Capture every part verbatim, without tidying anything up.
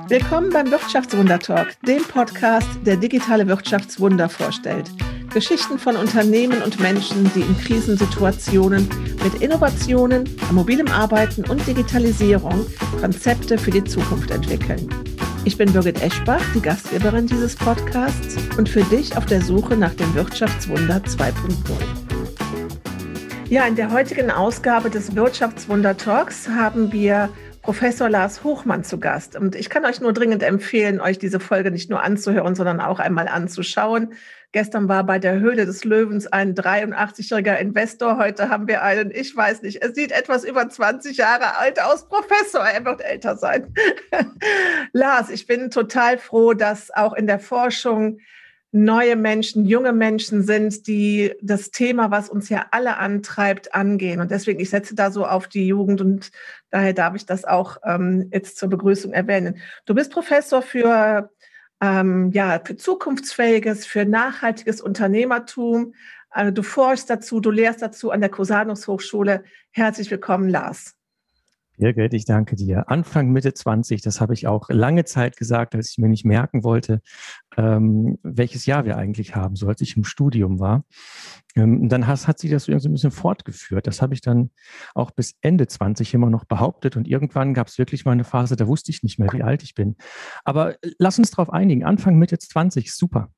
Willkommen beim Wirtschaftswunder-Talk, dem Podcast, der digitale Wirtschaftswunder vorstellt. Geschichten von Unternehmen und Menschen, die in Krisensituationen mit Innovationen, mobilem Arbeiten und Digitalisierung Konzepte für die Zukunft entwickeln. Ich bin Birgit Eschbach, die Gastgeberin dieses Podcasts und für dich auf der Suche nach dem Wirtschaftswunder zwei Punkt null. Ja, in der heutigen Ausgabe des Wirtschaftswunder-Talks haben wir Professor Lars Hochmann zu Gast. Und ich kann euch nur dringend empfehlen, euch diese Folge nicht nur anzuhören, sondern auch einmal anzuschauen. Gestern war bei der Höhle des Löwens ein dreiundachtzigjähriger Investor. Heute haben wir einen, ich weiß nicht, er sieht etwas über zwanzig Jahre alt aus, Professor. Er wird älter sein. Lars, ich bin total froh, dass auch in der Forschung neue Menschen, junge Menschen sind, die das Thema, was uns ja alle antreibt, angehen. Und deswegen, ich setze da so auf die Jugend und daher darf ich das auch ähm, jetzt zur Begrüßung erwähnen. Du bist Professor für, ähm, ja, für zukunftsfähiges, für nachhaltiges Unternehmertum. Also du forschst dazu, du lehrst dazu an der Cusanus Hochschule. Herzlich willkommen, Lars. Birgit, ich danke dir. Anfang, Mitte zwanzig, das habe ich auch lange Zeit gesagt, als ich mir nicht merken wollte, ähm, welches Jahr wir eigentlich haben, so als ich im Studium war. Ähm, dann hat, hat sich das so irgendwie ein bisschen fortgeführt. Das habe ich dann auch bis Ende zwanzig immer noch behauptet und irgendwann gab es wirklich mal eine Phase, da wusste ich nicht mehr, wie alt ich bin. Aber lass uns darauf einigen, Anfang, Mitte zwanzig, super.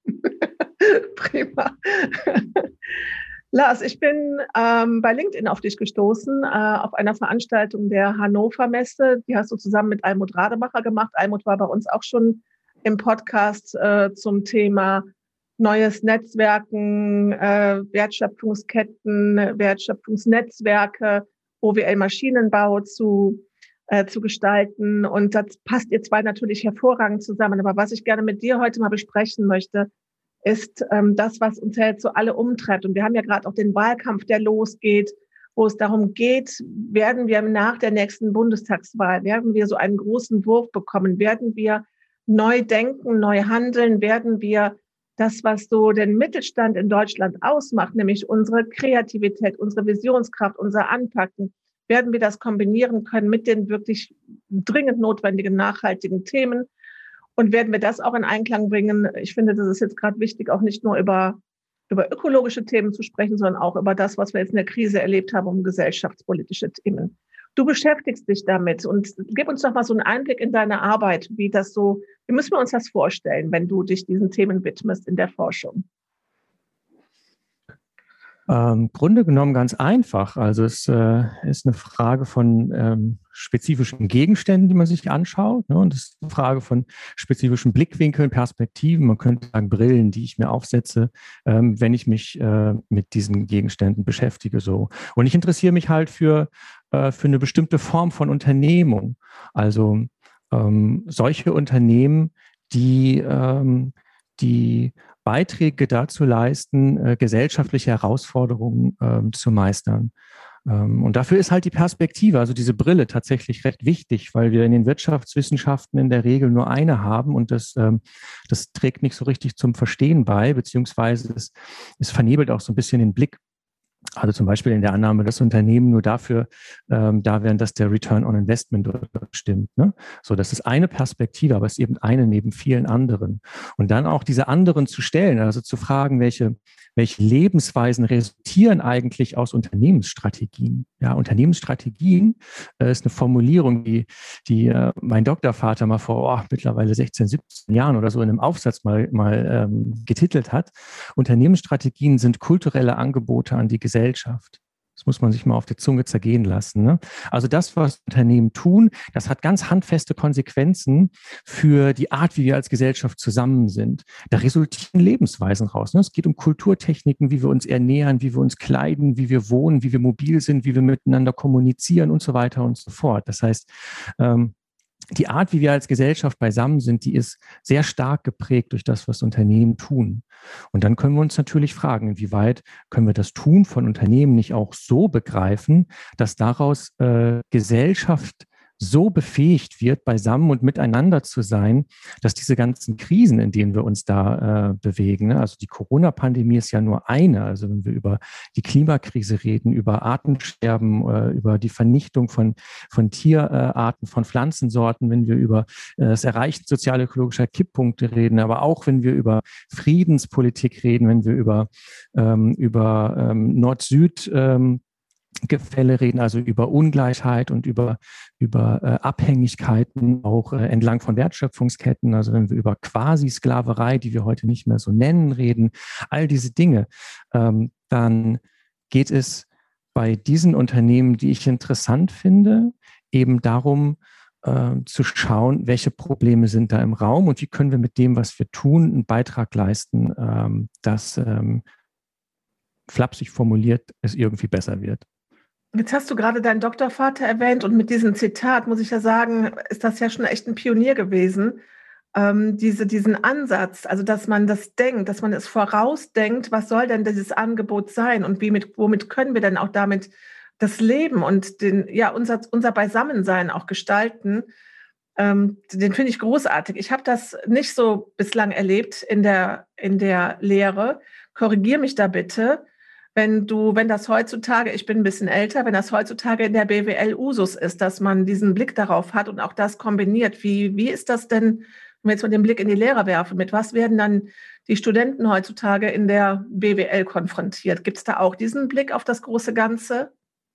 Prima. Lars, ich bin ähm, bei LinkedIn auf dich gestoßen, äh, auf einer Veranstaltung der Hannover Messe. Die hast du zusammen mit Almut Rademacher gemacht. Almut war bei uns auch schon im Podcast äh, zum Thema neues Netzwerken, äh, Wertschöpfungsketten, Wertschöpfungsnetzwerke, O W L-Maschinenbau zu, äh, zu gestalten. Und das passt ihr zwei natürlich hervorragend zusammen. Aber was ich gerne mit dir heute mal besprechen möchte, ist ähm, das, was uns ja jetzt so alle umtreibt. Und wir haben ja gerade auch den Wahlkampf, der losgeht, wo es darum geht, werden wir nach der nächsten Bundestagswahl, werden wir so einen großen Wurf bekommen, werden wir neu denken, neu handeln, werden wir das, was so den Mittelstand in Deutschland ausmacht, nämlich unsere Kreativität, unsere Visionskraft, unser Anpacken, werden wir das kombinieren können mit den wirklich dringend notwendigen nachhaltigen Themen. Und werden wir das auch in Einklang bringen? Ich finde, das ist jetzt gerade wichtig, auch nicht nur über, über ökologische Themen zu sprechen, sondern auch über das, was wir jetzt in der Krise erlebt haben, um gesellschaftspolitische Themen. Du beschäftigst dich damit und gib uns doch mal so einen Einblick in deine Arbeit, wie das so, wie müssen wir uns das vorstellen, wenn du dich diesen Themen widmest in der Forschung? Im Grunde genommen ganz einfach. Also es äh, ist eine Frage von ähm, spezifischen Gegenständen, die man sich anschaut. Ne? Und es ist eine Frage von spezifischen Blickwinkeln, Perspektiven. Man könnte sagen Brillen, die ich mir aufsetze, ähm, wenn ich mich äh, mit diesen Gegenständen beschäftige. So. Und ich interessiere mich halt für, äh, für eine bestimmte Form von Unternehmung. Also ähm, solche Unternehmen, die, ähm, die Beiträge dazu leisten, äh, gesellschaftliche Herausforderungen ähm, zu meistern. Ähm, und dafür ist halt die Perspektive, also diese Brille, tatsächlich recht wichtig, weil wir in den Wirtschaftswissenschaften in der Regel nur eine haben und das, ähm, das trägt nicht so richtig zum Verstehen bei, beziehungsweise es, es vernebelt auch so ein bisschen den Blick. Also zum Beispiel in der Annahme, dass Unternehmen nur dafür ähm, da wären, dass der Return on Investment stimmt. Ne? So, das ist eine Perspektive, aber es ist eben eine neben vielen anderen. Und dann auch diese anderen zu stellen, also zu fragen, welche, welche Lebensweisen resultieren eigentlich aus Unternehmensstrategien. Ja, Unternehmensstrategien äh, ist eine Formulierung, die, die äh, mein Doktorvater mal vor oh, mittlerweile sechzehn, siebzehn Jahren oder so in einem Aufsatz mal, mal ähm, getitelt hat. Unternehmensstrategien sind kulturelle Angebote an die Gesellschaft. Das muss man sich mal auf der Zunge zergehen lassen. Ne? Also das, was Unternehmen tun, das hat ganz handfeste Konsequenzen für die Art, wie wir als Gesellschaft zusammen sind. Da resultieren Lebensweisen raus. Ne? Es geht um Kulturtechniken, wie wir uns ernähren, wie wir uns kleiden, wie wir wohnen, wie wir mobil sind, wie wir miteinander kommunizieren und so weiter und so fort. Das heißt, ähm, die Art, wie wir als Gesellschaft beisammen sind, die ist sehr stark geprägt durch das, was Unternehmen tun. Und dann können wir uns natürlich fragen, inwieweit können wir das Tun von Unternehmen nicht auch so begreifen, dass daraus äh, Gesellschaft so befähigt wird, beisammen und miteinander zu sein, dass diese ganzen Krisen, in denen wir uns da äh, bewegen, ne? Also die Corona-Pandemie ist ja nur eine. Also wenn wir über die Klimakrise reden, über Artensterben, äh, über die Vernichtung von, von Tierarten, von Pflanzensorten, wenn wir über äh, das Erreichen sozial-ökologischer Kipppunkte reden, aber auch wenn wir über Friedenspolitik reden, wenn wir über, ähm, über ähm, Nord-Süd ähm, Gefälle reden, also über Ungleichheit und über, über äh, Abhängigkeiten auch äh, entlang von Wertschöpfungsketten, also wenn wir über Quasi-Sklaverei, die wir heute nicht mehr so nennen, reden, all diese Dinge, ähm, dann geht es bei diesen Unternehmen, die ich interessant finde, eben darum, äh, zu schauen, welche Probleme sind da im Raum und wie können wir mit dem, was wir tun, einen Beitrag leisten, ähm, dass ähm, flapsig formuliert es irgendwie besser wird. Jetzt hast du gerade deinen Doktorvater erwähnt und mit diesem Zitat muss ich ja sagen, ist das ja schon echt ein Pionier gewesen. Ähm, diese, diesen Ansatz, also dass man das denkt, dass man es vorausdenkt, was soll denn dieses Angebot sein und wie mit, womit können wir denn auch damit das Leben und den, ja, unser, unser Beisammensein auch gestalten. Ähm, den finde ich großartig. Ich habe das nicht so bislang erlebt in der, in der Lehre. Korrigier mich da bitte. Wenn du, wenn das heutzutage, ich bin ein bisschen älter, wenn das heutzutage in der B W L Usus ist, dass man diesen Blick darauf hat und auch das kombiniert, wie, wie ist das denn, wenn wir jetzt mal den Blick in die Lehre werfen, mit was werden dann die Studenten heutzutage in der B W L konfrontiert? Gibt es da auch diesen Blick auf das große Ganze?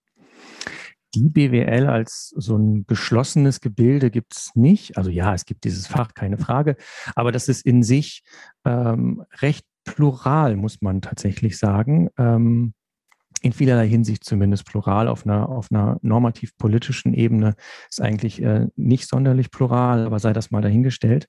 Die B W L als so ein geschlossenes Gebilde gibt es nicht. Also ja, es gibt dieses Fach, keine Frage, aber das ist in sich ähm, recht plural, muss man tatsächlich sagen. Ähm, in vielerlei Hinsicht zumindest plural. Auf einer, auf einer normativ-politischen Ebene ist eigentlich äh, nicht sonderlich plural, aber sei das mal dahingestellt.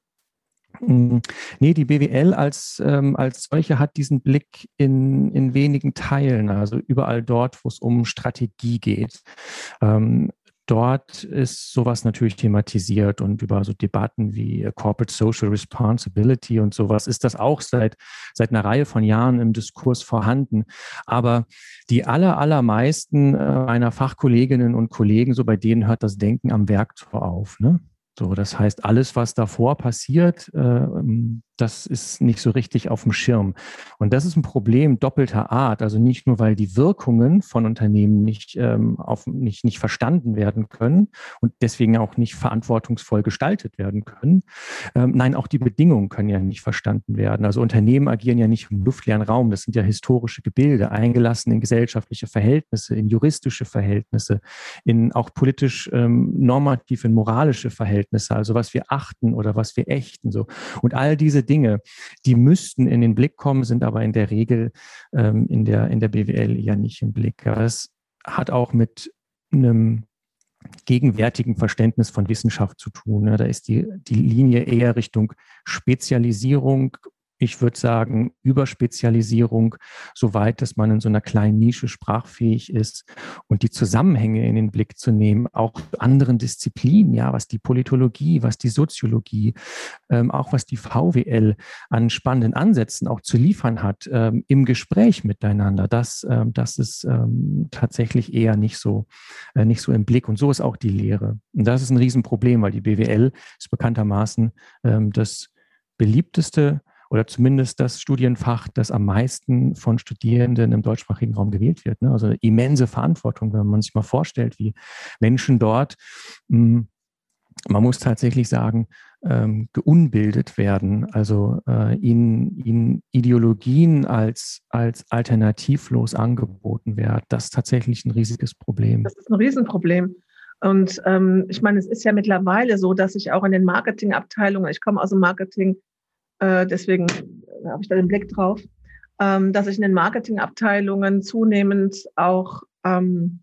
Nee, die B W L als, ähm, als solche hat diesen Blick in, in wenigen Teilen, also überall dort, wo es um Strategie geht. Ähm, Dort ist sowas natürlich thematisiert und über so Debatten wie Corporate Social Responsibility und sowas ist das auch seit, seit einer Reihe von Jahren im Diskurs vorhanden. Aber die aller, allermeisten meiner Fachkolleginnen und Kollegen, so bei denen hört das Denken am Werktor auf, ne? So, das heißt, alles, was davor passiert, äh, das ist nicht so richtig auf dem Schirm. Und das ist ein Problem doppelter Art. Also nicht nur, weil die Wirkungen von Unternehmen nicht, ähm, auf, nicht, nicht verstanden werden können und deswegen auch nicht verantwortungsvoll gestaltet werden können. Ähm, nein, auch die Bedingungen können ja nicht verstanden werden. Also Unternehmen agieren ja nicht im luftleeren Raum. Das sind ja historische Gebilde, eingelassen in gesellschaftliche Verhältnisse, in juristische Verhältnisse, in auch politisch ähm, normativ, in moralische Verhältnisse. Also was wir achten oder was wir ächten, so. Und all diese Dinge, die müssten in den Blick kommen, sind aber in der Regel ähm, in der, in der B W L ja nicht im Blick. Das hat auch mit einem gegenwärtigen Verständnis von Wissenschaft zu tun. Da ist die, die Linie eher Richtung Spezialisierung. Ich würde sagen, Überspezialisierung, soweit, dass man in so einer kleinen Nische sprachfähig ist und die Zusammenhänge in den Blick zu nehmen, auch anderen Disziplinen, ja, was die Politologie, was die Soziologie, ähm, auch was die V W L an spannenden Ansätzen auch zu liefern hat, ähm, im Gespräch miteinander. Das, ähm, das ist ähm, tatsächlich eher nicht so, äh, nicht so im Blick. Und so ist auch die Lehre. Und das ist ein Riesenproblem, weil die B W L ist bekanntermaßen ähm, das beliebteste oder zumindest das Studienfach, das am meisten von Studierenden im deutschsprachigen Raum gewählt wird. Ne? Also immense Verantwortung, wenn man sich mal vorstellt, wie Menschen dort, mh, man muss tatsächlich sagen, ähm, geunbildet werden, also äh, ihnen, ihnen Ideologien als, als alternativlos angeboten werden. Das ist tatsächlich ein riesiges Problem. Das ist ein Riesenproblem. Und ähm, ich meine, es ist ja mittlerweile so, dass ich auch in den Marketingabteilungen, ich komme aus dem Marketing, Äh, deswegen habe ich da den Blick drauf, ähm, dass sich in den Marketingabteilungen zunehmend auch ähm,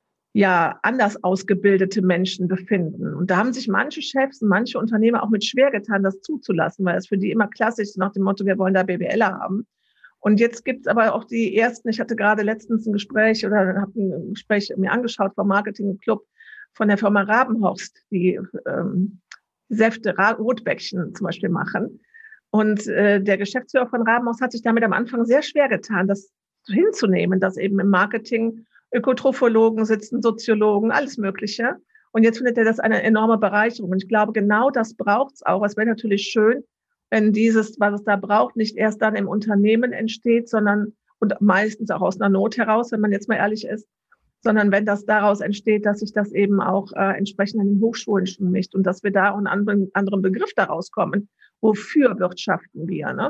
ja, anders ausgebildete Menschen befinden. Und da haben sich manche Chefs und manche Unternehmer auch mit schwer getan, das zuzulassen, weil es für die immer klassisch ist nach dem Motto, wir wollen da BWLer haben. Und jetzt gibt es aber auch die ersten, ich hatte gerade letztens ein Gespräch oder habe ein Gespräch mir angeschaut vom Marketing Club von der Firma Rabenhorst, die ähm, Säfte, Rotbäckchen zum Beispiel machen. Und äh, der Geschäftsführer von Rabenhorst hat sich damit am Anfang sehr schwer getan, das hinzunehmen, dass eben im Marketing Ökotrophologen sitzen, Soziologen, alles Mögliche. Und jetzt findet er das eine enorme Bereicherung. Und ich glaube, genau das braucht es auch. Es wäre natürlich schön, wenn dieses, was es da braucht, nicht erst dann im Unternehmen entsteht, sondern und meistens auch aus einer Not heraus, wenn man jetzt mal ehrlich ist, sondern wenn das daraus entsteht, dass sich das eben auch äh, entsprechend an den Hochschulen schon mischt und dass wir da auch einen anderen, anderen Begriff daraus kommen. Wofür wirtschaften wir, ne?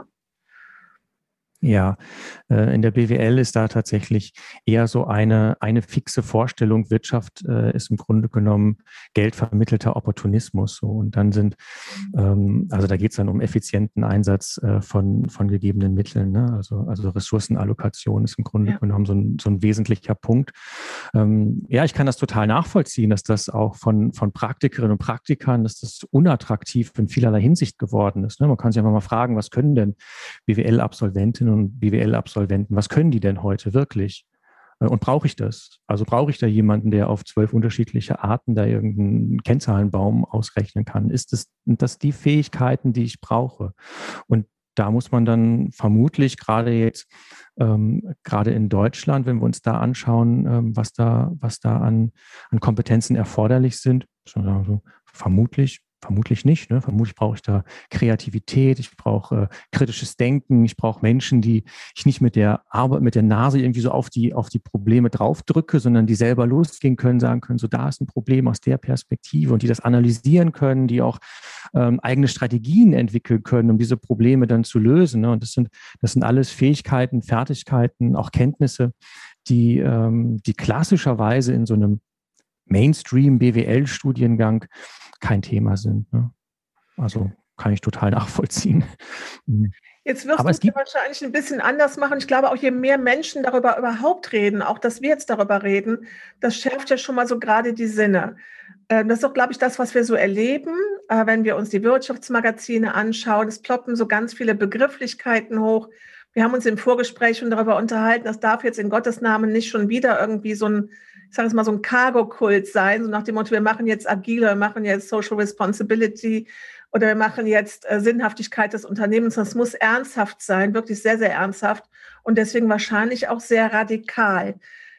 Ja, in der B W L ist da tatsächlich eher so eine, eine fixe Vorstellung. Wirtschaft äh, ist im Grunde genommen geldvermittelter Opportunismus. So. Und dann sind, ähm, also da geht es dann um effizienten Einsatz äh, von, von gegebenen Mitteln. Ne? Also, also Ressourcenallokation ist im Grunde ja. genommen so ein, so ein wesentlicher Punkt. Ähm, ja, ich kann das total nachvollziehen, dass das auch von, von Praktikerinnen und Praktikern, dass das unattraktiv in vielerlei Hinsicht geworden ist. Ne? Man kann sich einfach mal fragen, was können denn B W L-Absolventinnen und B W L-Absolventen, was können die denn heute wirklich? Und brauche ich das? Also brauche ich da jemanden, der auf zwölf unterschiedliche Arten da irgendeinen Kennzahlenbaum ausrechnen kann? Ist das, sind das die Fähigkeiten, die ich brauche? Und da muss man dann vermutlich gerade jetzt, ähm, gerade in Deutschland, wenn wir uns da anschauen, ähm, was da, was da an, an Kompetenzen erforderlich sind, so, vermutlich Vermutlich nicht. Ne? Vermutlich brauche ich da Kreativität, ich brauche äh, kritisches Denken, ich brauche Menschen, die ich nicht mit der Arbeit, mit der Nase irgendwie so auf die, auf die Probleme draufdrücke, sondern die selber losgehen können, sagen können, so da ist ein Problem aus der Perspektive und die das analysieren können, die auch ähm, eigene Strategien entwickeln können, um diese Probleme dann zu lösen. Ne? Und das sind, das sind alles Fähigkeiten, Fertigkeiten, auch Kenntnisse, die, ähm, die klassischerweise in so einem Mainstream-B W L-Studiengang kein Thema sind. Ne? Also kann ich total nachvollziehen. Jetzt wirst du es wahrscheinlich ein bisschen anders machen. Ich glaube, auch je mehr Menschen darüber überhaupt reden, auch dass wir jetzt darüber reden, das schärft ja schon mal so gerade die Sinne. Das ist doch, glaube ich, das, was wir so erleben, wenn wir uns die Wirtschaftsmagazine anschauen. Es ploppen so ganz viele Begrifflichkeiten hoch. Wir haben uns im Vorgespräch schon darüber unterhalten, das darf jetzt in Gottes Namen nicht schon wieder irgendwie so ein, ich sage es mal, so ein Cargo-Kult sein, so nach dem Motto, wir machen jetzt agile, wir machen jetzt Social Responsibility oder wir machen jetzt äh, Sinnhaftigkeit des Unternehmens. Das muss ernsthaft sein, wirklich sehr, sehr ernsthaft und deswegen wahrscheinlich auch sehr radikal.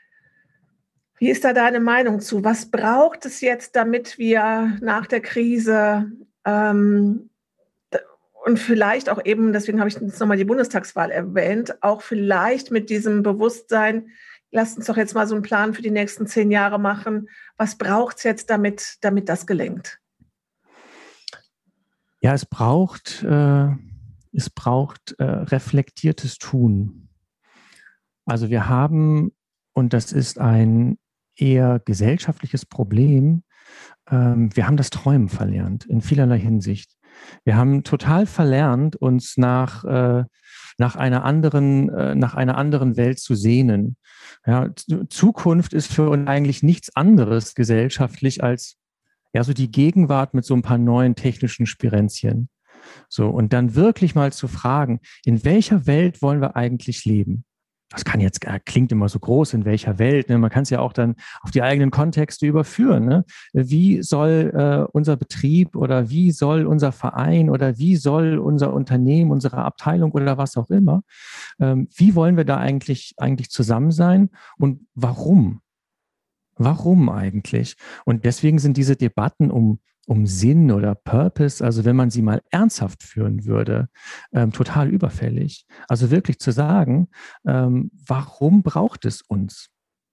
Wie ist da deine Meinung zu? Was braucht es jetzt, damit wir nach der Krise ähm, und vielleicht auch eben, deswegen habe ich jetzt nochmal die Bundestagswahl erwähnt, auch vielleicht mit diesem Bewusstsein, lasst uns doch jetzt mal so einen Plan für die nächsten zehn Jahre machen. Was braucht es jetzt, damit, damit das gelingt? Ja, es braucht, äh, es braucht äh, reflektiertes Tun. Also wir haben, und das ist ein eher gesellschaftliches Problem, ähm, wir haben das Träumen verlernt in vielerlei Hinsicht. Wir haben total verlernt, uns nach, äh, nach einer anderen, äh, nach einer anderen Welt zu sehnen. Ja, Zukunft ist für uns eigentlich nichts anderes gesellschaftlich als ja so die Gegenwart mit so ein paar neuen technischen Spirenzchen. So, und dann wirklich mal zu fragen, in welcher Welt wollen wir eigentlich leben? Das kann jetzt, klingt immer so groß, in welcher Welt, ne? Man kann es ja auch dann auf die eigenen Kontexte überführen. Ne? Wie soll äh, unser Betrieb oder wie soll unser Verein oder wie soll unser Unternehmen, unsere Abteilung oder was auch immer, ähm, wie wollen wir da eigentlich, eigentlich zusammen sein und warum? Warum eigentlich? Und deswegen sind diese Debatten um um Sinn oder Purpose, also wenn man sie mal ernsthaft führen würde, ähm, total überfällig. Also wirklich zu sagen, ähm, warum braucht es uns?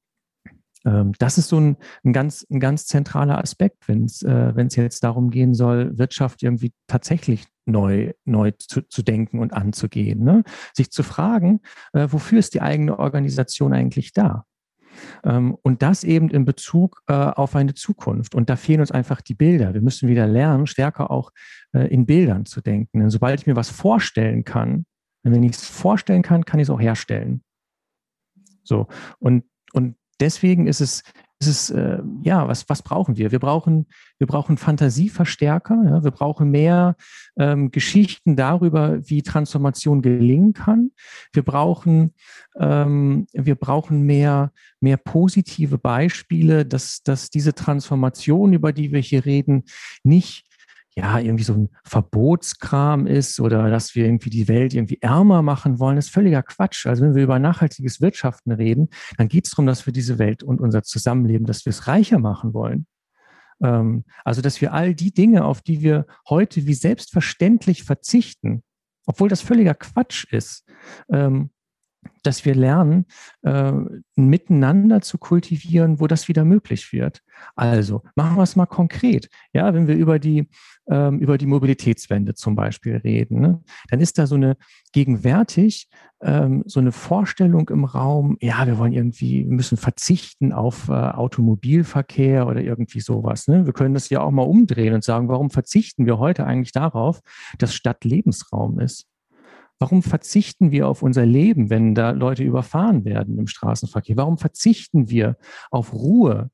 Ähm, das ist so ein, ein, ganz, ein ganz zentraler Aspekt, wenn es äh, wenn es jetzt darum gehen soll, Wirtschaft irgendwie tatsächlich neu, neu zu, zu denken und anzugehen. Ne? Sich zu fragen, äh, wofür ist die eigene Organisation eigentlich da? Und das eben in Bezug äh, auf eine Zukunft. Und da fehlen uns einfach die Bilder. Wir müssen wieder lernen, stärker auch äh, in Bildern zu denken. Denn sobald ich mir was vorstellen kann, wenn ich es vorstellen kann, kann ich es auch herstellen. So. Und, und deswegen ist es, ist es äh, ja, was, was brauchen wir? Wir brauchen, wir brauchen Fantasieverstärker. Ja? Wir brauchen mehr ähm, Geschichten darüber, wie Transformation gelingen kann. Wir brauchen, ähm, wir brauchen mehr, mehr positive Beispiele, dass, dass diese Transformation, über die wir hier reden, nicht ja, irgendwie so ein Verbotskram ist oder dass wir irgendwie die Welt irgendwie ärmer machen wollen, das ist völliger Quatsch. Also wenn wir über nachhaltiges Wirtschaften reden, dann geht es darum, dass wir diese Welt und unser Zusammenleben, dass wir es reicher machen wollen. Ähm, also, dass wir all die Dinge, auf die wir heute wie selbstverständlich verzichten, obwohl das völliger Quatsch ist, ähm, dass wir lernen, äh, ein Miteinander zu kultivieren, wo das wieder möglich wird. Also machen wir es mal konkret. Ja, wenn wir über die, ähm, über die Mobilitätswende zum Beispiel reden, ne, dann ist da so eine gegenwärtig ähm, so eine Vorstellung im Raum, ja, wir wollen irgendwie, wir müssen verzichten auf äh, Automobilverkehr oder irgendwie sowas. Ne? Wir können das ja auch mal umdrehen und sagen, warum verzichten wir heute eigentlich darauf, dass Stadt Lebensraum ist? Warum verzichten wir auf unser Leben, wenn da Leute überfahren werden im Straßenverkehr? Warum verzichten wir auf Ruhe?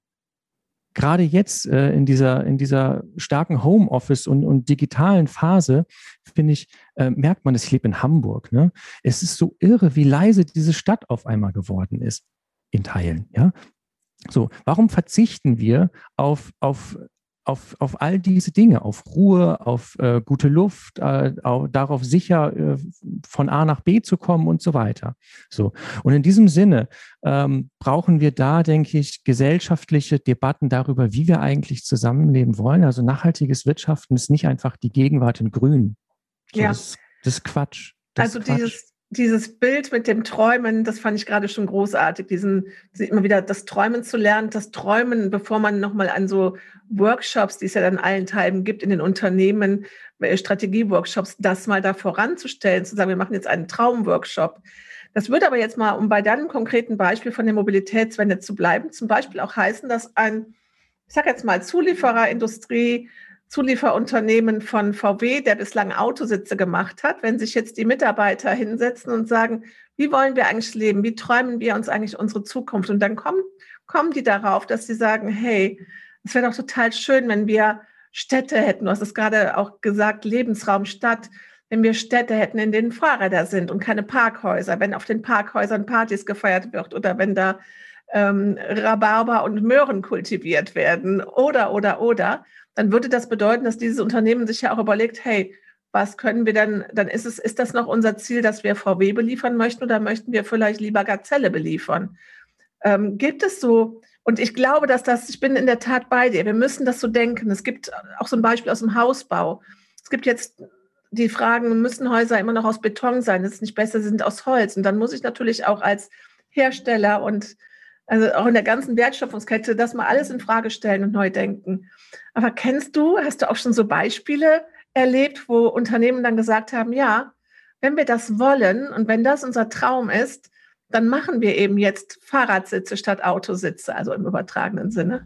Gerade jetzt äh, in dieser, in dieser starken Homeoffice und, und digitalen Phase, finde ich, äh, merkt man, dass ich lebe in Hamburg. Ne? Es ist so irre, wie leise diese Stadt auf einmal geworden ist, in Teilen. Ja? So, warum verzichten wir auf, auf auf, auf all diese Dinge, auf Ruhe, auf äh, gute Luft, äh, auf, darauf sicher äh, von A nach B zu kommen und so weiter. So. Und in diesem Sinne ähm, brauchen wir da, denke ich, gesellschaftliche Debatten darüber, wie wir eigentlich zusammenleben wollen. Also nachhaltiges Wirtschaften ist nicht einfach die Gegenwart in Grün. So, Ja. das, das ist Quatsch. Das Also ist Quatsch. dieses, dieses Bild mit dem Träumen, das fand ich gerade schon großartig, diesen, immer wieder das Träumen zu lernen, das Träumen, bevor man nochmal an so Workshops, die es ja dann allen Teilen gibt in den Unternehmen, Strategie-Workshops, das mal da voranzustellen, zu sagen, wir machen jetzt einen Traumworkshop. Das würde aber jetzt mal, um bei deinem konkreten Beispiel von der Mobilitätswende zu bleiben, zum Beispiel auch heißen, dass ein, ich sage jetzt mal, Zuliefererindustrie, Zulieferunternehmen von V W, der bislang Autositze gemacht hat, wenn sich jetzt die Mitarbeiter hinsetzen und sagen, wie wollen wir eigentlich leben, wie träumen wir uns eigentlich unsere Zukunft? Und dann kommen, kommen die darauf, dass sie sagen, hey, es wäre doch total schön, wenn wir Städte hätten, du hast es gerade auch gesagt, Lebensraum Stadt, wenn wir Städte hätten, in denen Fahrräder sind und keine Parkhäuser, wenn auf den Parkhäusern Partys gefeiert wird oder wenn da ähm, Rhabarber und Möhren kultiviert werden oder, oder, oder, dann würde das bedeuten, dass dieses Unternehmen sich ja auch überlegt, hey, was können wir dann, dann ist es, ist das noch unser Ziel, dass wir V W beliefern möchten oder möchten wir vielleicht lieber Gazelle beliefern? Ähm, gibt es so, und ich glaube, dass das, ich bin in der Tat bei dir, wir müssen das so denken. Es gibt auch so ein Beispiel aus dem Hausbau. Es gibt jetzt die Fragen, müssen Häuser immer noch aus Beton sein? Das ist nicht besser, sie sind aus Holz. Und dann muss ich natürlich auch als Hersteller und also auch in der ganzen Wertschöpfungskette, das mal alles in Frage stellen und neu denken. Aber kennst du, hast du auch schon so Beispiele erlebt, wo Unternehmen dann gesagt haben, ja, wenn wir das wollen und wenn das unser Traum ist, dann machen wir eben jetzt Fahrradsitze statt Autositze, also im übertragenen Sinne?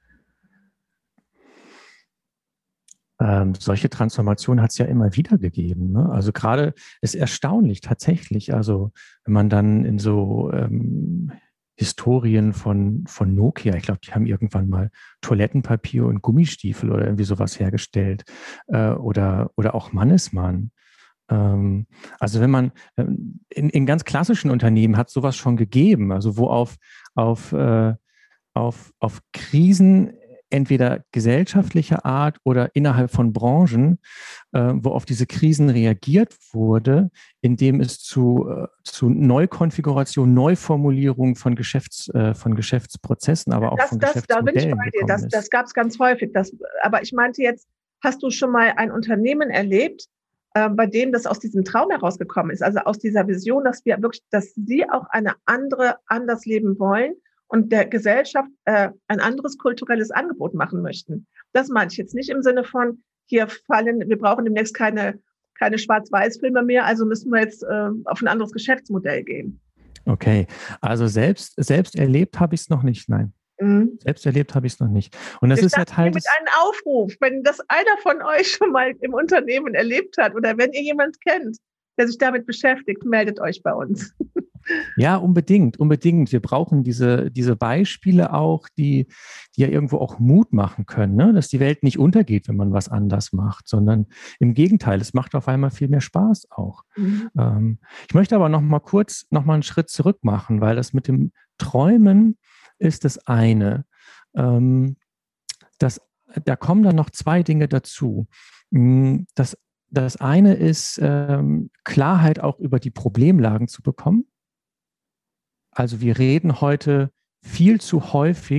Ähm, solche Transformationen hat es ja immer wieder gegeben. Ne? Also gerade ist erstaunlich tatsächlich. Also wenn man dann in so ähm, Historien von, von Nokia, ich glaube, die haben irgendwann mal Toilettenpapier und Gummistiefel oder irgendwie sowas hergestellt. Äh, oder, oder auch Mannesmann. Ähm, also wenn man in, in ganz klassischen Unternehmen hat sowas schon gegeben, also wo auf, auf, äh, auf, auf Krisen entweder gesellschaftlicher Art oder innerhalb von Branchen, äh, wo auf diese Krisen reagiert wurde, indem es zu, äh, zu Neukonfiguration, Neuformulierung von, Geschäfts, äh, von Geschäftsprozessen, aber auch das, von das, Geschäftsmodellen da bin ich bei dir. Das, das gab es ganz häufig. Das, aber ich meinte jetzt, hast du schon mal ein Unternehmen erlebt, äh, bei dem das aus diesem Traum herausgekommen ist, also aus dieser Vision, dass wir wirklich, dass sie auch eine andere anders leben wollen und der Gesellschaft äh, ein anderes kulturelles Angebot machen möchten. Das meine ich jetzt nicht im Sinne von, hier fallen, wir brauchen demnächst keine, keine Schwarz-Weiß-Filme mehr, also müssen wir jetzt äh, auf ein anderes Geschäftsmodell gehen. Okay, also selbst, selbst erlebt habe ich es noch nicht, nein. Mhm. Selbst erlebt habe ich es noch nicht. Und das ich ist ja Teil mit einem Aufruf, wenn das einer von euch schon mal im Unternehmen erlebt hat oder wenn ihr jemand kennt, der sich damit beschäftigt, meldet euch bei uns. Ja, unbedingt, unbedingt. Wir brauchen diese, diese Beispiele auch, die, die ja irgendwo auch Mut machen können, ne? Dass die Welt nicht untergeht, wenn man was anders macht, sondern im Gegenteil, es macht auf einmal viel mehr Spaß auch. Mhm. Ähm, ich möchte aber noch mal kurz noch mal einen Schritt zurück machen, weil das mit dem Träumen ist das eine. Ähm, das, da kommen dann noch zwei Dinge dazu. Das, das eine ist, ähm, Klarheit auch über die Problemlagen zu bekommen. Also wir reden heute viel zu häufig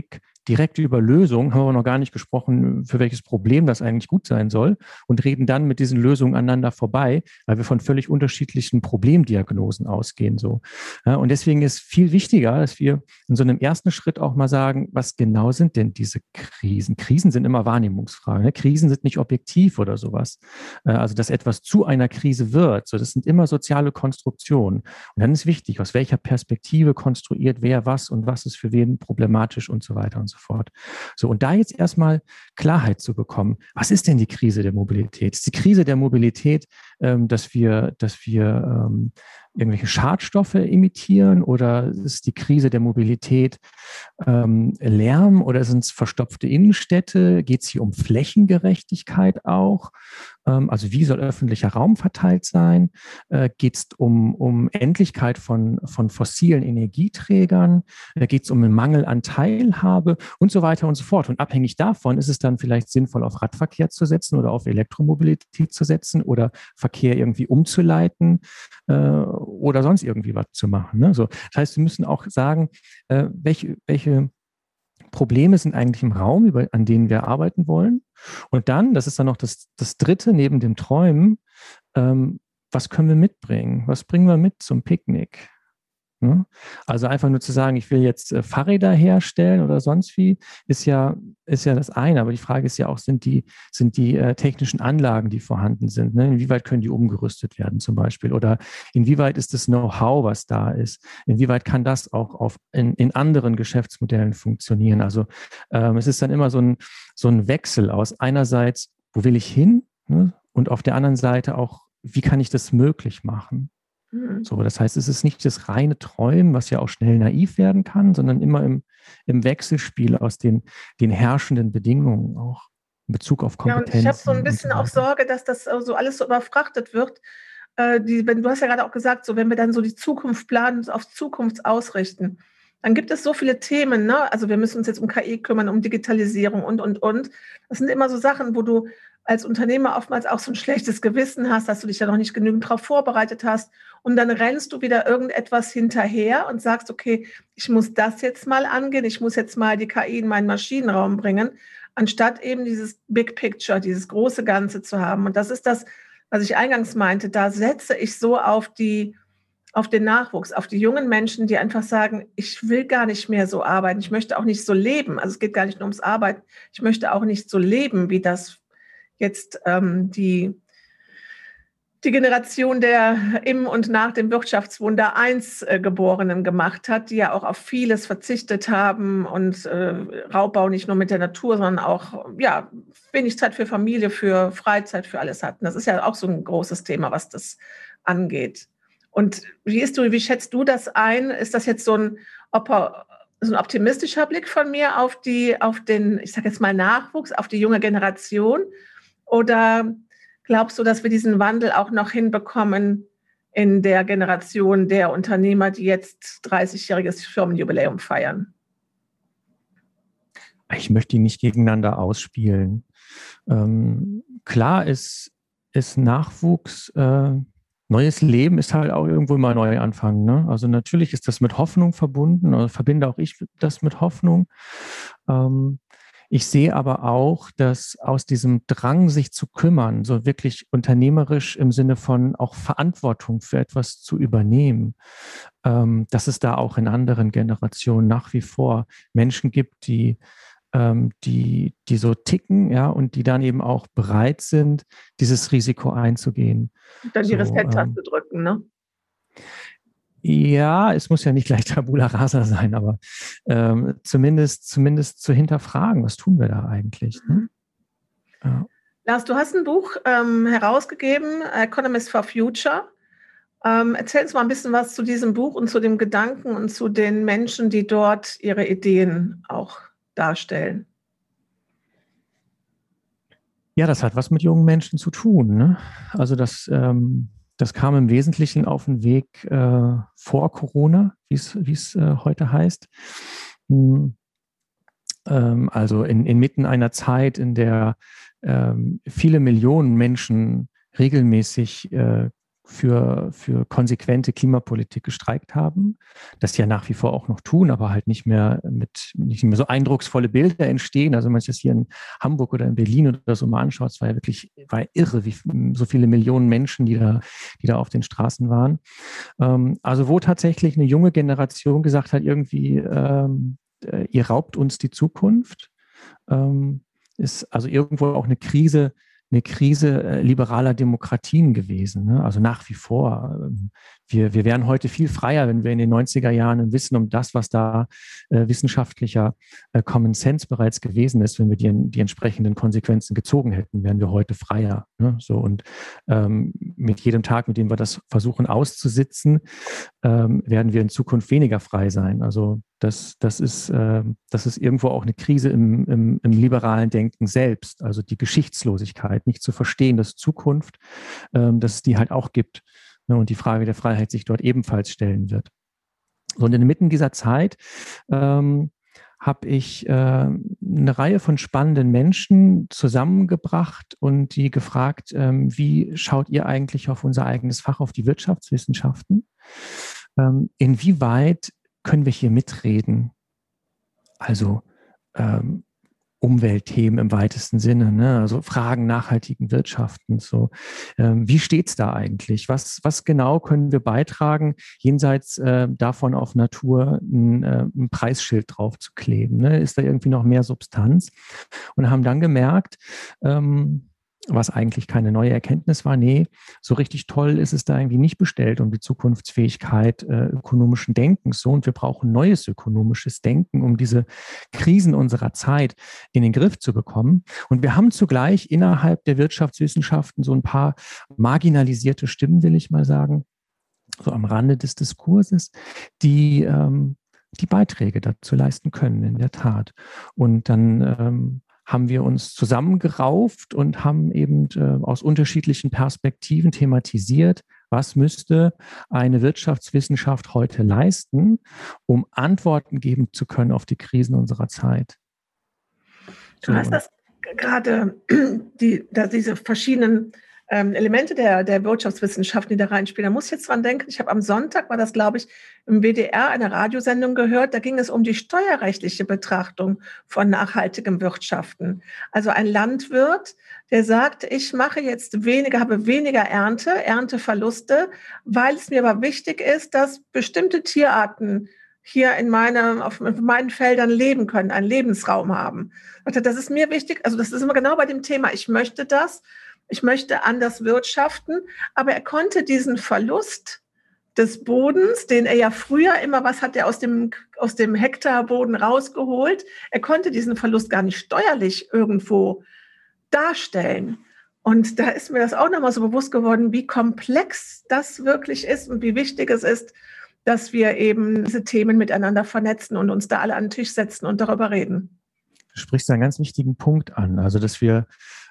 direkt über Lösungen, haben wir aber noch gar nicht gesprochen, für welches Problem das eigentlich gut sein soll und reden dann mit diesen Lösungen aneinander vorbei, weil wir von völlig unterschiedlichen Problemdiagnosen ausgehen. So. Ja, und deswegen ist viel wichtiger, dass wir in so einem ersten Schritt auch mal sagen, was genau sind denn diese Krisen? Krisen sind immer Wahrnehmungsfragen. Ne? Krisen sind nicht objektiv oder sowas. Also, dass etwas zu einer Krise wird. So, das sind immer soziale Konstruktionen. Und dann ist wichtig, aus welcher Perspektive konstruiert wer was und was ist für wen problematisch und so weiter und so fort. So, und da jetzt erstmal Klarheit zu bekommen. Was ist denn die Krise der Mobilität? Ist die Krise der Mobilität, ähm, dass wir, dass wir ähm, irgendwelche Schadstoffe emittieren oder ist die Krise der Mobilität ähm, Lärm oder sind es verstopfte Innenstädte? Geht es hier um Flächengerechtigkeit auch? Ähm, also wie soll öffentlicher Raum verteilt sein? Äh, Geht es um, um Endlichkeit von, von fossilen Energieträgern? Äh, Geht es um einen Mangel an Teilhabe und so weiter und so fort? Und abhängig davon ist es dann vielleicht sinnvoll, auf Radverkehr zu setzen oder auf Elektromobilität zu setzen oder Verkehr irgendwie umzuleiten äh, oder sonst irgendwie was zu machen. Ne? So, das heißt, wir müssen auch sagen, äh, welche, welche Probleme sind eigentlich im Raum, über, an denen wir arbeiten wollen. Und dann, das ist dann noch das, das Dritte neben dem Träumen, ähm, was können wir mitbringen? Was bringen wir mit zum Picknick? Ne? Also einfach nur zu sagen, ich will jetzt äh, Fahrräder herstellen oder sonst wie, ist ja, ist ja das eine. Aber die Frage ist ja auch, sind die, sind die äh, technischen Anlagen, die vorhanden sind, ne? Inwieweit können die umgerüstet werden zum Beispiel? Oder inwieweit ist das Know-how, was da ist? Inwieweit kann das auch auf, in, in anderen Geschäftsmodellen funktionieren? Also ähm, es ist dann immer so ein, so ein Wechsel aus einerseits, wo will ich hin? Ne? Und auf der anderen Seite auch, wie kann ich das möglich machen? So, das heißt, es ist nicht das reine Träumen, was ja auch schnell naiv werden kann, sondern immer im, im Wechselspiel aus den, den herrschenden Bedingungen auch in Bezug auf Kompetenzen. Ja, und ich habe so ein bisschen so auch Sorge, dass das so alles so überfrachtet wird. Äh, die, wenn, du hast ja gerade auch gesagt, so wenn wir dann so die Zukunft planen, uns auf Zukunft ausrichten, dann gibt es so viele Themen, ne? Also wir müssen uns jetzt um K I kümmern, um Digitalisierung und, und, und. Das sind immer so Sachen, wo du als Unternehmer oftmals auch so ein schlechtes Gewissen hast, dass du dich ja noch nicht genügend darauf vorbereitet hast. Und dann rennst du wieder irgendetwas hinterher und sagst, okay, ich muss das jetzt mal angehen, ich muss jetzt mal die K I in meinen Maschinenraum bringen, anstatt eben dieses Big Picture, dieses große Ganze zu haben. Und das ist das, was ich eingangs meinte, da setze ich so auf die auf den Nachwuchs, auf die jungen Menschen, die einfach sagen, ich will gar nicht mehr so arbeiten, ich möchte auch nicht so leben. Also es geht gar nicht nur ums Arbeiten, ich möchte auch nicht so leben, wie das jetzt ähm, die, die Generation der im und nach dem Wirtschaftswunder eins äh, Geborenen gemacht hat, die ja auch auf vieles verzichtet haben und äh, Raubbau nicht nur mit der Natur, sondern auch ja, wenig Zeit für Familie, für Freizeit, für alles hatten. Das ist ja auch so ein großes Thema, was das angeht. Und wie, ist du, wie schätzt du das ein? Ist das jetzt so ein, so ein optimistischer Blick von mir auf, die, auf den, ich sage jetzt mal Nachwuchs, auf die junge Generation? Oder glaubst du, dass wir diesen Wandel auch noch hinbekommen in der Generation der Unternehmer, die jetzt dreißigjähriges Firmenjubiläum feiern? Ich möchte die nicht gegeneinander ausspielen. Ähm, klar ist, ist Nachwuchs... Äh, Neues Leben ist halt auch irgendwo immer neu anfangen. Ne? Also natürlich ist das mit Hoffnung verbunden, also verbinde auch ich das mit Hoffnung. Ähm, ich sehe aber auch, dass aus diesem Drang, sich zu kümmern, so wirklich unternehmerisch im Sinne von auch Verantwortung für etwas zu übernehmen, ähm, dass es da auch in anderen Generationen nach wie vor Menschen gibt, die Ähm, die, die so ticken, ja, und die dann eben auch bereit sind, dieses Risiko einzugehen. Und dann die so, Reset-Taste ähm, drücken, ne? Ja, es muss ja nicht gleich Tabula Rasa sein, aber ähm, zumindest, zumindest zu hinterfragen, was tun wir da eigentlich? Ne? Ja. Lars, du hast ein Buch ähm, herausgegeben, Economist for Future. Ähm, erzähl uns mal ein bisschen was zu diesem Buch und zu dem Gedanken und zu den Menschen, die dort ihre Ideen auch darstellen. Ja, das hat was mit jungen Menschen zu tun. Ne? Also das, ähm, das kam im Wesentlichen auf den Weg äh, vor Corona, wie es wie es äh, heute heißt. Hm. Ähm, also in, inmitten einer Zeit, in der ähm, viele Millionen Menschen regelmäßig äh, für, für konsequente Klimapolitik gestreikt haben, das ja nach wie vor auch noch tun, aber halt nicht mehr mit nicht mehr so eindrucksvolle Bilder entstehen. Also wenn man sich das hier in Hamburg oder in Berlin oder so mal anschaut, es war ja wirklich war ja irre, wie so viele Millionen Menschen, die da, die da auf den Straßen waren. Ähm, also wo tatsächlich eine junge Generation gesagt hat, irgendwie, ähm, ihr raubt uns die Zukunft, ähm, ist also irgendwo auch eine Krise eine Krise äh, liberaler Demokratien gewesen. Ne? Also nach wie vor. Ähm, wir, wir wären heute viel freier, wenn wir in den neunziger Jahren wissen um das, was da äh, wissenschaftlicher äh, Common Sense bereits gewesen ist, wenn wir die, die entsprechenden Konsequenzen gezogen hätten, wären wir heute freier. Ne? So, und ähm, mit jedem Tag, mit dem wir das versuchen auszusitzen, ähm, werden wir in Zukunft weniger frei sein. Also das, das, ist, äh, das ist irgendwo auch eine Krise im, im, im liberalen Denken selbst. Also die Geschichtslosigkeit, nicht zu verstehen, dass Zukunft, ähm, dass es die halt auch gibt, ne, und die Frage der Freiheit sich dort ebenfalls stellen wird. So, und inmitten dieser Zeit ähm, habe ich äh, eine Reihe von spannenden Menschen zusammengebracht und die gefragt, ähm, wie schaut ihr eigentlich auf unser eigenes Fach, auf die Wirtschaftswissenschaften? Ähm, inwieweit können wir hier mitreden? Also ähm, Umweltthemen im weitesten Sinne, ne? Also Fragen nachhaltigen Wirtschaftens. So, ähm, wie steht's da eigentlich? Was, was genau können wir beitragen, jenseits äh, davon auf Natur ein, äh, ein Preisschild drauf zu kleben? Ne? Ist da irgendwie noch mehr Substanz? Und haben dann gemerkt, ähm, was eigentlich keine neue Erkenntnis war, nee, so richtig toll ist es da irgendwie nicht bestellt um die Zukunftsfähigkeit äh, ökonomischen Denkens. So, und wir brauchen neues ökonomisches Denken, um diese Krisen unserer Zeit in den Griff zu bekommen. Und wir haben zugleich innerhalb der Wirtschaftswissenschaften so ein paar marginalisierte Stimmen, will ich mal sagen, so am Rande des Diskurses, die ähm, die Beiträge dazu leisten können, in der Tat. Und dann ähm, haben wir uns zusammengerauft und haben eben äh, aus unterschiedlichen Perspektiven thematisiert, was müsste eine Wirtschaftswissenschaft heute leisten, um Antworten geben zu können auf die Krisen unserer Zeit. Du hast das gerade, die, da diese verschiedenen ähm, Elemente der, der Wirtschaftswissenschaften, die da reinspielen. Da muss ich jetzt dran denken, ich habe am Sonntag, war das glaube ich, im W D R eine Radiosendung gehört, da ging es um die steuerrechtliche Betrachtung von nachhaltigem Wirtschaften. Also ein Landwirt, der sagt, ich mache jetzt weniger, habe weniger Ernte, Ernteverluste, weil es mir aber wichtig ist, dass bestimmte Tierarten hier in meine, auf meinen Feldern leben können, einen Lebensraum haben. Das ist mir wichtig, also das ist immer genau bei dem Thema, ich möchte das, ich möchte anders wirtschaften, aber er konnte diesen Verlust des Bodens, den er ja früher immer, was hat er aus dem, aus dem Hektarboden rausgeholt, er konnte diesen Verlust gar nicht steuerlich irgendwo darstellen. Und da ist mir das auch nochmal so bewusst geworden, wie komplex das wirklich ist und wie wichtig es ist, dass wir eben diese Themen miteinander vernetzen und uns da alle an den Tisch setzen und darüber reden. Du sprichst einen ganz wichtigen Punkt an, also dass wir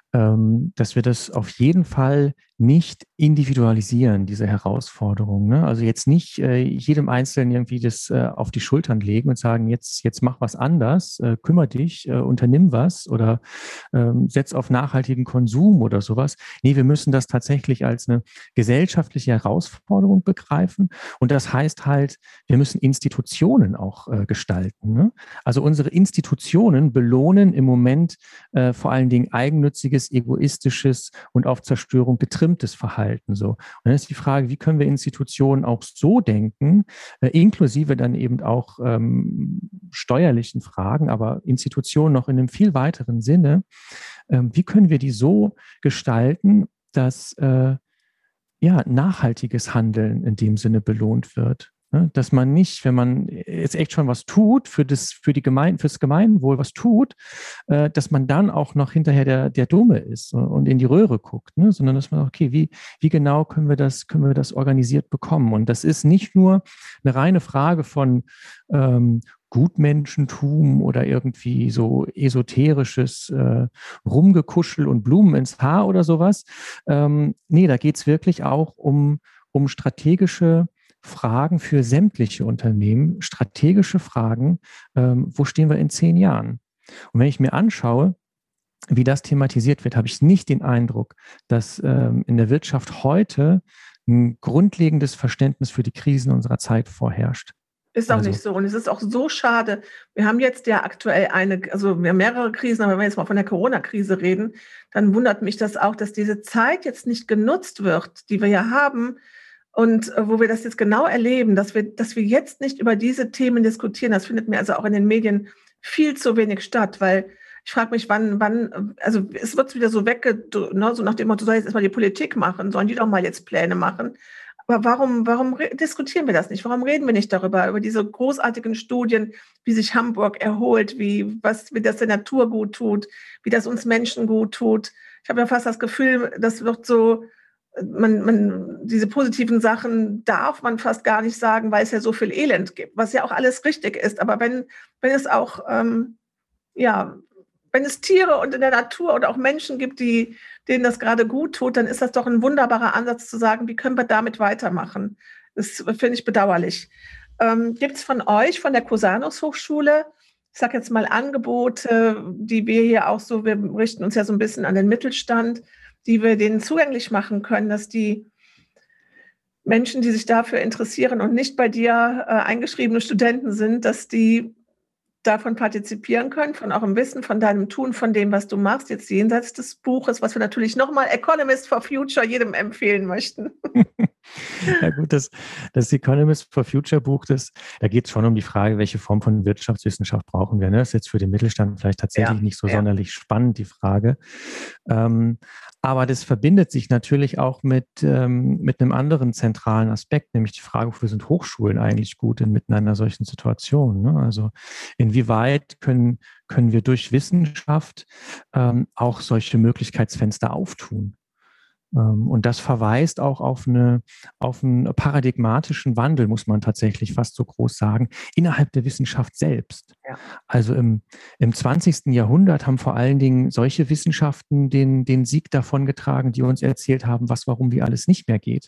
Ähm, dass wir das auf jeden Fall nicht individualisieren, diese Herausforderung. Ne? Also jetzt nicht äh, jedem Einzelnen irgendwie das äh, auf die Schultern legen und sagen, jetzt, jetzt mach was anders, äh, kümmere dich, äh, unternimm was oder ähm, setz auf nachhaltigen Konsum oder sowas. Nee, wir müssen das tatsächlich als eine gesellschaftliche Herausforderung begreifen. Und das heißt halt, wir müssen Institutionen auch äh, gestalten. Ne? Also unsere Institutionen belohnen im Moment äh, vor allen Dingen eigennütziges, egoistisches und auf Zerstörung getrimmtes Verhalten. So. Und dann ist die Frage, wie können wir Institutionen auch so denken, äh, inklusive dann eben auch ähm, steuerlichen Fragen, aber Institutionen noch in einem viel weiteren Sinne, äh, wie können wir die so gestalten, dass äh, ja, nachhaltiges Handeln in dem Sinne belohnt wird? Dass man nicht, wenn man jetzt echt schon was tut, für das, für die Gemein, fürs Gemeinwohl was tut, äh, dass man dann auch noch hinterher der, der Dumme ist und in die Röhre guckt, ne? Sondern dass man, okay, wie, wie genau können wir das, können wir das organisiert bekommen? Und das ist nicht nur eine reine Frage von ähm, Gutmenschentum oder irgendwie so esoterisches äh, Rumgekuschel und Blumen ins Haar oder sowas. Ähm, nee, da geht es wirklich auch um, um strategische Fragen für sämtliche Unternehmen, strategische Fragen, ähm, wo stehen wir in zehn Jahren? Und wenn ich mir anschaue, wie das thematisiert wird, habe ich nicht den Eindruck, dass ähm, in der Wirtschaft heute ein grundlegendes Verständnis für die Krisen unserer Zeit vorherrscht. Ist auch also. nicht so. Und es ist auch so schade. Wir haben jetzt ja aktuell eine, also wir haben mehrere Krisen, aber wenn wir jetzt mal von der Corona-Krise reden, dann wundert mich das auch, dass diese Zeit jetzt nicht genutzt wird, die wir ja haben und äh, wo wir das jetzt genau erleben, dass wir, dass wir jetzt nicht über diese Themen diskutieren. Das findet mir also auch in den Medien viel zu wenig statt, weil ich frage mich, wann, wann, also es wird wieder so wegge, ne, so nach dem Motto, soll jetzt erstmal die Politik machen, sollen die doch mal jetzt Pläne machen. Aber warum, warum diskutieren wir das nicht? Warum reden wir nicht darüber, über diese großartigen Studien, wie sich Hamburg erholt, wie, was, wie das der Natur gut tut, wie das uns Menschen gut tut? Ich habe ja fast das Gefühl, das wird so, man, man, diese positiven Sachen darf man fast gar nicht sagen, weil es ja so viel Elend gibt, was ja auch alles richtig ist. Aber wenn, wenn es auch, ähm, ja, wenn es Tiere und in der Natur und auch Menschen gibt, die, denen das gerade gut tut, dann ist das doch ein wunderbarer Ansatz zu sagen, wie können wir damit weitermachen? Das finde ich bedauerlich. Ähm, gibt es von euch, von der Cusanus Hochschule, ich sage jetzt mal Angebote, die wir hier auch so, wir richten uns ja so ein bisschen an den Mittelstand, die wir denen zugänglich machen können, dass die Menschen, die sich dafür interessieren und nicht bei dir äh, eingeschriebene Studenten sind, dass die davon partizipieren können, von eurem Wissen, von deinem Tun, von dem, was du machst, jetzt jenseits des Buches, was wir natürlich nochmal Economist for Future jedem empfehlen möchten. Ja gut, das, das Economist for Future Buch, das, da geht es schon um die Frage, welche Form von Wirtschaftswissenschaft brauchen wir. Ne? Das ist jetzt für den Mittelstand vielleicht tatsächlich ja, nicht so ja. sonderlich spannend, die Frage. Ähm, aber das verbindet sich natürlich auch mit, ähm, mit einem anderen zentralen Aspekt, nämlich die Frage, wofür sind Hochschulen eigentlich gut inmitten einer solchen Situation? Ne? Also inwieweit können, können wir durch Wissenschaft ähm, auch solche Möglichkeitsfenster auftun? Und das verweist auch auf, eine, auf einen paradigmatischen Wandel, muss man tatsächlich fast so groß sagen, innerhalb der Wissenschaft selbst. Ja. Also im, im zwanzigsten Jahrhundert haben vor allen Dingen solche Wissenschaften den, den Sieg davongetragen, die uns erzählt haben, was, warum, wie alles nicht mehr geht.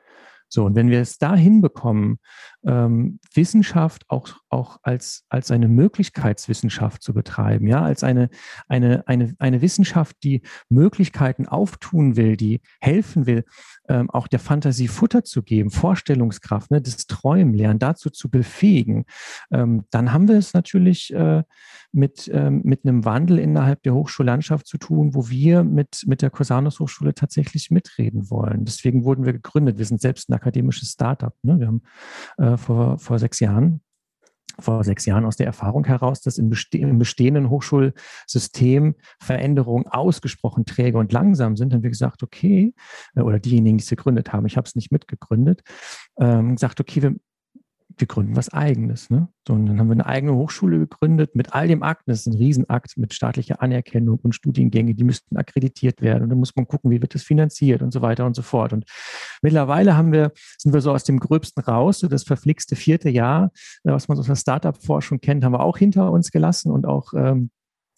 So, und wenn wir es da hinbekommen, ähm, Wissenschaft auch, auch als, als eine Möglichkeitswissenschaft zu betreiben, ja, als eine, eine, eine, eine Wissenschaft, die Möglichkeiten auftun will, die helfen will, ähm, auch der Fantasie Futter zu geben, Vorstellungskraft, ne, das Träumen dazu zu befähigen, ähm, dann haben wir es natürlich äh, mit, ähm, mit einem Wandel innerhalb der Hochschullandschaft zu tun, wo wir mit, mit der Cusanus Hochschule tatsächlich mitreden wollen. Deswegen wurden wir gegründet. Wir sind selbst ein akademisches Startup. Ne? Wir haben äh, vor, vor sechs Jahren vor sechs Jahren aus der Erfahrung heraus, dass im, beste- im bestehenden Hochschulsystem Veränderungen ausgesprochen träge und langsam sind, haben wir gesagt, okay, oder diejenigen, die es gegründet haben, ich habe es nicht mitgegründet, ähm, gesagt, okay, wir, wir gründen was Eigenes. Ne? So, und dann haben wir eine eigene Hochschule gegründet mit all dem Akt. Das ist ein Riesenakt mit staatlicher Anerkennung und Studiengänge, die müssten akkreditiert werden. Und dann muss man gucken, wie wird das finanziert und so weiter und so fort. Und mittlerweile haben wir, sind wir so aus dem Gröbsten raus. So das verflixte vierte Jahr, was man so aus der Startup-Forschung kennt, haben wir auch hinter uns gelassen und auch ähm,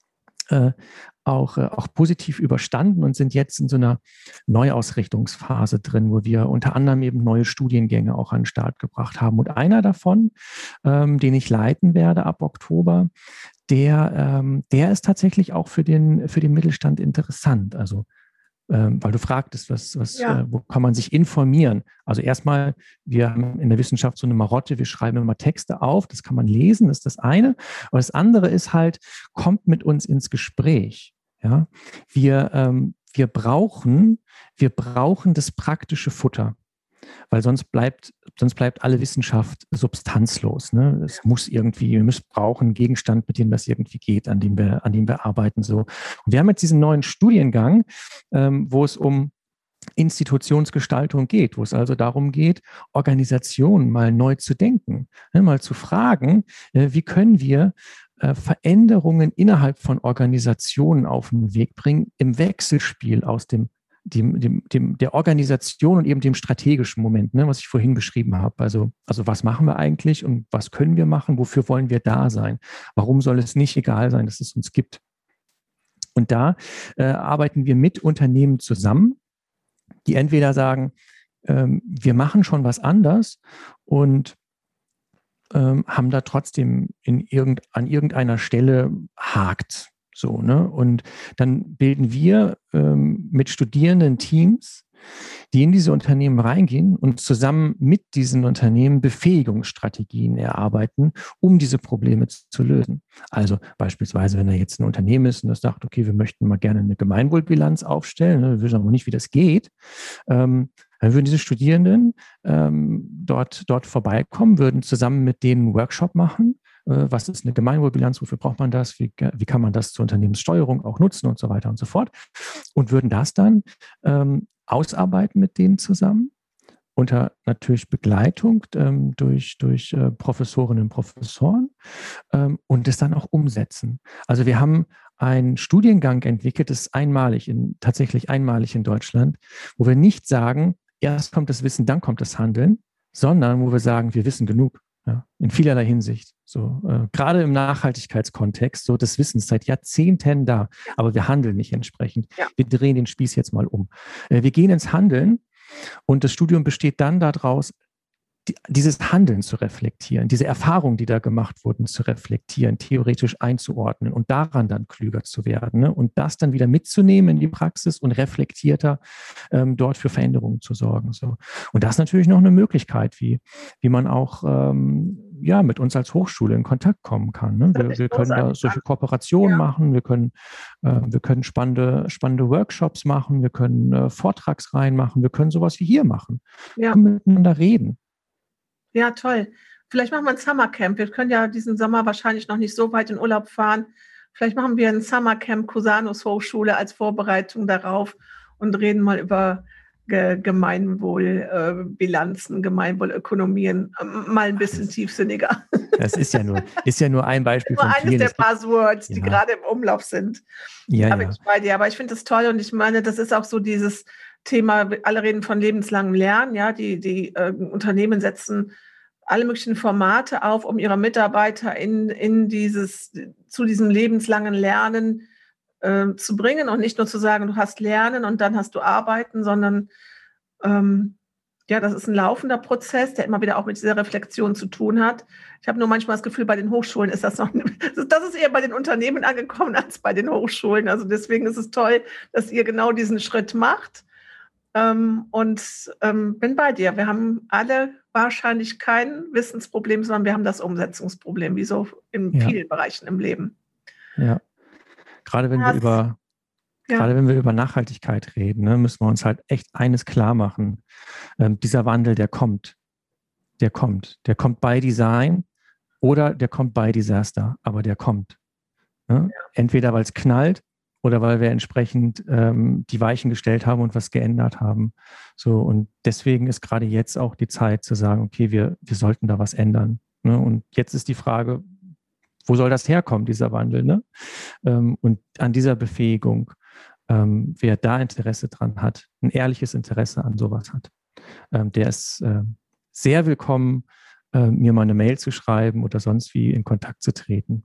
äh, Auch, äh, auch positiv überstanden und sind jetzt in so einer Neuausrichtungsphase drin, wo wir unter anderem eben neue Studiengänge auch an den Start gebracht haben. Und einer davon, ähm, den ich leiten werde ab Oktober, der, ähm, der ist tatsächlich auch für den, für den Mittelstand interessant. Also Ähm, weil du fragtest, was, was, ja. äh, wo kann man sich informieren? Also erstmal, wir haben in der Wissenschaft so eine Marotte, wir schreiben immer Texte auf, das kann man lesen, das ist das eine. Und das andere ist halt, kommt mit uns ins Gespräch. Ja? Wir, ähm, wir brauchen, wir brauchen das praktische Futter. Weil sonst bleibt, sonst bleibt alle Wissenschaft substanzlos. Ne? Es muss irgendwie, wir müssen brauchen einen Gegenstand, mit dem das irgendwie geht, an dem wir, an dem wir arbeiten. So. Und wir haben jetzt diesen neuen Studiengang, ähm, wo es um Institutionsgestaltung geht, wo es also darum geht, Organisationen mal neu zu denken, ne? Mal zu fragen, äh, wie können wir äh, Veränderungen innerhalb von Organisationen auf den Weg bringen, im Wechselspiel aus dem Dem, dem, dem, der Organisation und eben dem strategischen Moment, ne, was ich vorhin beschrieben habe. Also, also was machen wir eigentlich und was können wir machen? Wofür wollen wir da sein? Warum soll es nicht egal sein, dass es uns gibt? Und da äh, arbeiten wir mit Unternehmen zusammen, die entweder sagen, ähm, wir machen schon was anders und ähm, haben da trotzdem in irgend, an irgendeiner Stelle hakt. So, ne? Und dann bilden wir ähm, mit Studierenden Teams, die in diese Unternehmen reingehen und zusammen mit diesen Unternehmen Befähigungsstrategien erarbeiten, um diese Probleme zu lösen. Also beispielsweise, wenn da jetzt ein Unternehmen ist und das sagt, okay, wir möchten mal gerne eine Gemeinwohlbilanz aufstellen, ne, wir wissen aber nicht, wie das geht, ähm, dann würden diese Studierenden ähm, dort, dort vorbeikommen, würden zusammen mit denen einen Workshop machen. Äh, was ist eine Gemeinwohlbilanz? Wofür braucht man das? Wie, wie kann man das zur Unternehmenssteuerung auch nutzen und so weiter und so fort? Und würden das dann ähm, ausarbeiten mit denen zusammen, unter natürlich Begleitung ähm, durch, durch äh, Professorinnen und Professoren ähm, und es dann auch umsetzen. Also wir haben einen Studiengang entwickelt, das ist einmalig, in, tatsächlich einmalig in Deutschland, wo wir nicht sagen, erst kommt das Wissen, dann kommt das Handeln, sondern wo wir sagen, wir wissen genug, ja, in vielerlei Hinsicht. So, äh, gerade im Nachhaltigkeitskontext, so das Wissen ist seit Jahrzehnten da, aber wir handeln nicht entsprechend. Ja. Wir drehen den Spieß jetzt mal um. Äh, wir gehen ins Handeln und das Studium besteht dann daraus, die, dieses Handeln zu reflektieren, diese Erfahrungen, die da gemacht wurden, zu reflektieren, theoretisch einzuordnen und daran dann klüger zu werden, ne? Und das dann wieder mitzunehmen in die Praxis und reflektierter ähm, dort für Veränderungen zu sorgen. So. Und das ist natürlich noch eine Möglichkeit, wie, wie man auch ähm, ja, mit uns als Hochschule in Kontakt kommen kann. Ne? Wir, wir können da solche Kooperationen ja. machen, wir können, äh, wir können spannende, spannende Workshops machen, wir können äh, Vortragsreihen machen, wir können sowas wie hier machen. Ja. Wir können miteinander reden. Ja, toll. Vielleicht machen wir ein Summercamp. Wir können ja diesen Sommer wahrscheinlich noch nicht so weit in Urlaub fahren. Vielleicht machen wir ein Summercamp Cusanus Hochschule als Vorbereitung darauf und reden mal über Ge- Gemeinwohlbilanzen, äh, Gemeinwohlökonomien, äh, mal ein bisschen tiefsinniger. Das ist ja nur, ist ja nur ein Beispiel nur von eines vielen. der Buzzwords, die ja. gerade im Umlauf sind. Ja, da ja. bin ich bei dir. Aber ich finde das toll und ich meine, das ist auch so dieses Thema, alle reden von lebenslangem Lernen, ja, die, die äh, Unternehmen setzen alle möglichen Formate auf, um ihre Mitarbeiter in, in dieses, zu diesem lebenslangen Lernen äh, zu bringen und nicht nur zu sagen, du hast Lernen und dann hast du Arbeiten, sondern ähm, ja, das ist ein laufender Prozess, der immer wieder auch mit dieser Reflexion zu tun hat. Ich habe nur manchmal das Gefühl, bei den Hochschulen ist das noch, das ist eher bei den Unternehmen angekommen als bei den Hochschulen. Also deswegen ist es toll, dass ihr genau diesen Schritt macht. Ähm, und ähm, bin bei dir. Wir haben alle wahrscheinlich kein Wissensproblem, sondern wir haben das Umsetzungsproblem, wie so in ja. vielen Bereichen im Leben. Ja, gerade wenn das, wir über ja. gerade wenn wir über Nachhaltigkeit reden, ne, müssen wir uns halt echt eines klar machen. Ähm, dieser Wandel, der kommt, der kommt, der kommt bei Design oder der kommt bei Disaster, aber der kommt. Ne? Ja. Entweder weil es knallt oder weil wir entsprechend ähm, die Weichen gestellt haben und was geändert haben. So, und deswegen ist gerade jetzt auch die Zeit zu sagen, okay, wir, wir sollten da was ändern. Ne? Und jetzt ist die Frage, wo soll das herkommen, dieser Wandel? Ne? Ähm, und an dieser Befähigung, ähm, wer da Interesse dran hat, ein ehrliches Interesse an sowas hat, ähm, der ist äh, sehr willkommen, äh, mir mal eine Mail zu schreiben oder sonst wie in Kontakt zu treten.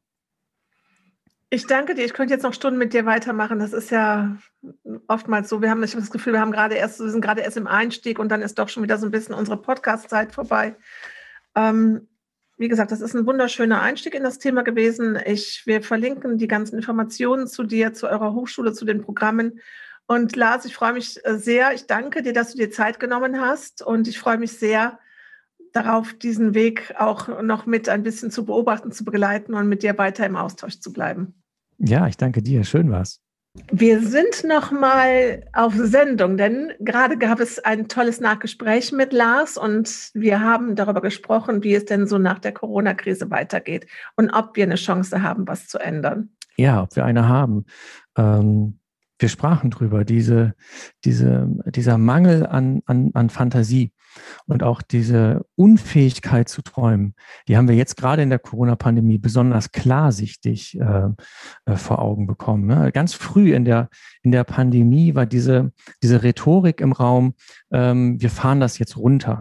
Ich danke dir. Ich könnte jetzt noch Stunden mit dir weitermachen. Das ist ja oftmals so. Wir haben, ich habe das Gefühl, wir haben gerade erst, wir sind gerade erst im Einstieg und dann ist doch schon wieder so ein bisschen unsere Podcast-Zeit vorbei. Ähm, wie gesagt, das ist ein wunderschöner Einstieg in das Thema gewesen. Ich, wir verlinken die ganzen Informationen zu dir, zu eurer Hochschule, zu den Programmen. Und Lars, ich freue mich sehr. Ich danke dir, dass du dir Zeit genommen hast und ich freue mich sehr darauf, diesen Weg auch noch mit ein bisschen zu beobachten, zu begleiten und mit dir weiter im Austausch zu bleiben. Ja, ich danke dir. Schön war's. Wir sind noch mal auf Sendung, denn gerade gab es ein tolles Nachgespräch mit Lars und wir haben darüber gesprochen, wie es denn so nach der Corona-Krise weitergeht und ob wir eine Chance haben, was zu ändern. Ja, ob wir eine haben. Ähm, wir sprachen drüber, diese, diese, dieser Mangel an, an, an Fantasie und auch diese Unfähigkeit zu träumen, die haben wir jetzt gerade in der Corona-Pandemie besonders klarsichtig äh, äh, vor Augen bekommen. Ne? Ganz früh in der, in der Pandemie war diese, diese Rhetorik im Raum, ähm, wir fahren das jetzt runter.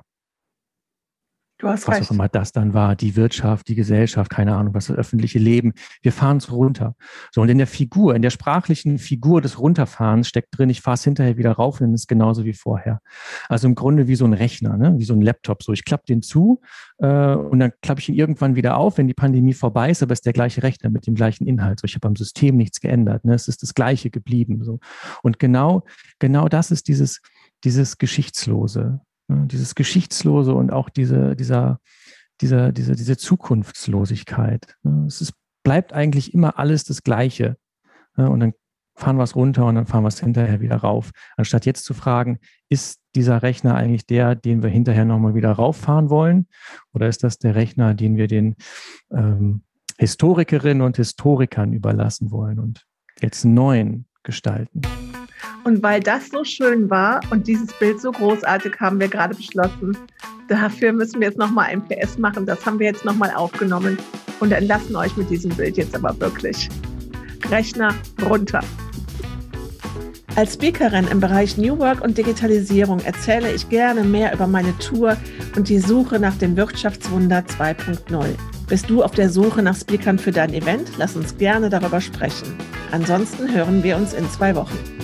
Du hast was recht. auch immer das dann war, die Wirtschaft, die Gesellschaft, keine Ahnung, was das öffentliche Leben. Wir fahren es runter. So, und in der Figur, in der sprachlichen Figur des Runterfahrens steckt drin, ich fahre es hinterher wieder rauf und dann ist es genauso wie vorher. Also im Grunde wie so ein Rechner, ne? Wie so ein Laptop. So, ich klappe den zu äh, und dann klappe ich ihn irgendwann wieder auf, wenn die Pandemie vorbei ist, aber es ist der gleiche Rechner mit dem gleichen Inhalt. So, ich habe am System nichts geändert. Ne? Es ist das Gleiche geblieben. So. Und genau, genau das ist dieses dieses Geschichtslose, ne? Dieses Geschichtslose und auch diese, dieser, dieser, diese, diese Zukunftslosigkeit. Ne? Es ist, bleibt eigentlich immer alles das Gleiche. Ne? Und dann fahren wir es runter und dann fahren wir es hinterher wieder rauf. Anstatt jetzt zu fragen, ist dieser Rechner eigentlich der, den wir hinterher nochmal wieder rauffahren wollen? Oder ist das der Rechner, den wir den ähm, Historikerinnen und Historikern überlassen wollen und jetzt einen neuen gestalten? Und weil das so schön war und dieses Bild so großartig, haben wir gerade beschlossen, dafür müssen wir jetzt nochmal ein P S machen. Das haben wir jetzt nochmal aufgenommen und entlassen euch mit diesem Bild jetzt aber wirklich. Rechner runter. Als Speakerin im Bereich New Work und Digitalisierung erzähle ich gerne mehr über meine Tour und die Suche nach dem Wirtschaftswunder zwei Punkt null. Bist du auf der Suche nach Speakern für dein Event? Lass uns gerne darüber sprechen. Ansonsten hören wir uns in zwei Wochen.